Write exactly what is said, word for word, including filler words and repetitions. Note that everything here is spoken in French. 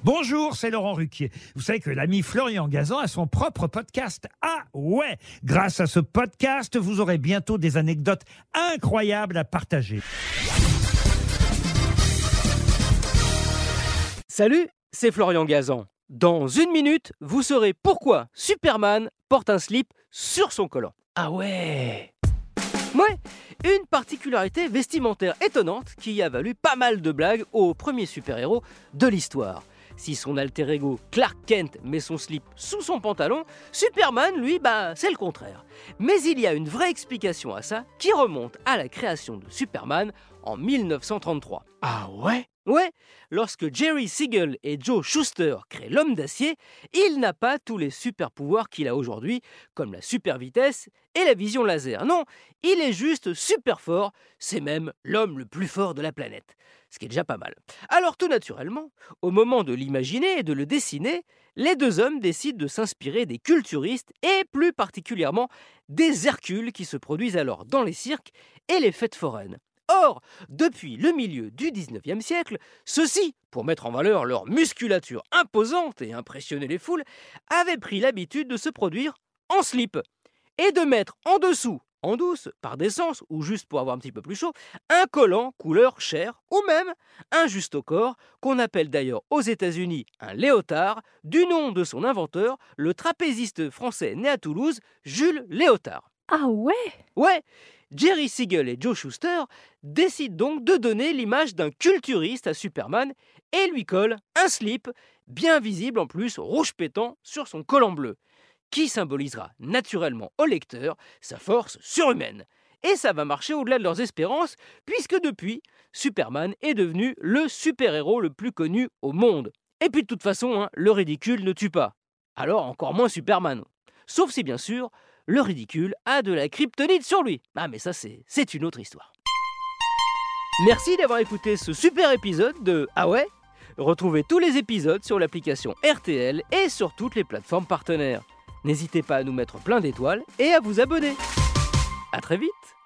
Bonjour, c'est Laurent Ruquier. Vous savez que l'ami Florian Gazan a son propre podcast. Ah ouais! Grâce à ce podcast, vous aurez bientôt des anecdotes incroyables à partager. Salut, c'est Florian Gazan. Dans une minute, vous saurez pourquoi Superman porte un slip sur son collant. Ah ouais! Ouais, une particularité vestimentaire étonnante qui a valu pas mal de blagues au premier super-héros de l'histoire. Si son alter ego Clark Kent met son slip sous son pantalon, Superman, lui, bah, c'est le contraire. Mais il y a une vraie explication à ça qui remonte à la création de Superman en mille neuf cent trente-trois. Ah ouais? Ouais, lorsque Jerry Siegel et Joe Shuster créent l'homme d'acier, il n'a pas tous les super pouvoirs qu'il a aujourd'hui, comme la super vitesse et la vision laser. Non, il est juste super fort, c'est même l'homme le plus fort de la planète. Ce qui est déjà pas mal. Alors tout naturellement, au moment de l'imaginer et de le dessiner, les deux hommes décident de s'inspirer des culturistes et plus particulièrement des Hercules qui se produisent alors dans les cirques et les fêtes foraines. Or, depuis le milieu du dix-neuvième siècle, ceux-ci, pour mettre en valeur leur musculature imposante et impressionner les foules, avaient pris l'habitude de se produire en slip et de mettre en dessous, en douce, par décence ou juste pour avoir un petit peu plus chaud, un collant couleur chair ou même un juste au corps, qu'on appelle d'ailleurs aux États-Unis un léotard, du nom de son inventeur, le trapéziste français né à Toulouse, Jules Léotard. Ah ouais? Ouais, Jerry Siegel et Joe Shuster décident donc de donner l'image d'un culturiste à Superman et lui collent un slip, bien visible en plus, rouge pétant, sur son collant bleu, qui symbolisera naturellement au lecteur sa force surhumaine. Et ça va marcher au-delà de leurs espérances, puisque depuis, Superman est devenu le super-héros le plus connu au monde. Et puis de toute façon, hein, le ridicule ne tue pas. Alors encore moins Superman. Sauf si bien sûr, le ridicule a de la kryptonite sur lui. Ah mais ça c'est, c'est une autre histoire. Merci d'avoir écouté ce super épisode de Ah ouais? Retrouvez tous les épisodes sur l'application R T L et sur toutes les plateformes partenaires. N'hésitez pas à nous mettre plein d'étoiles et à vous abonner. À très vite!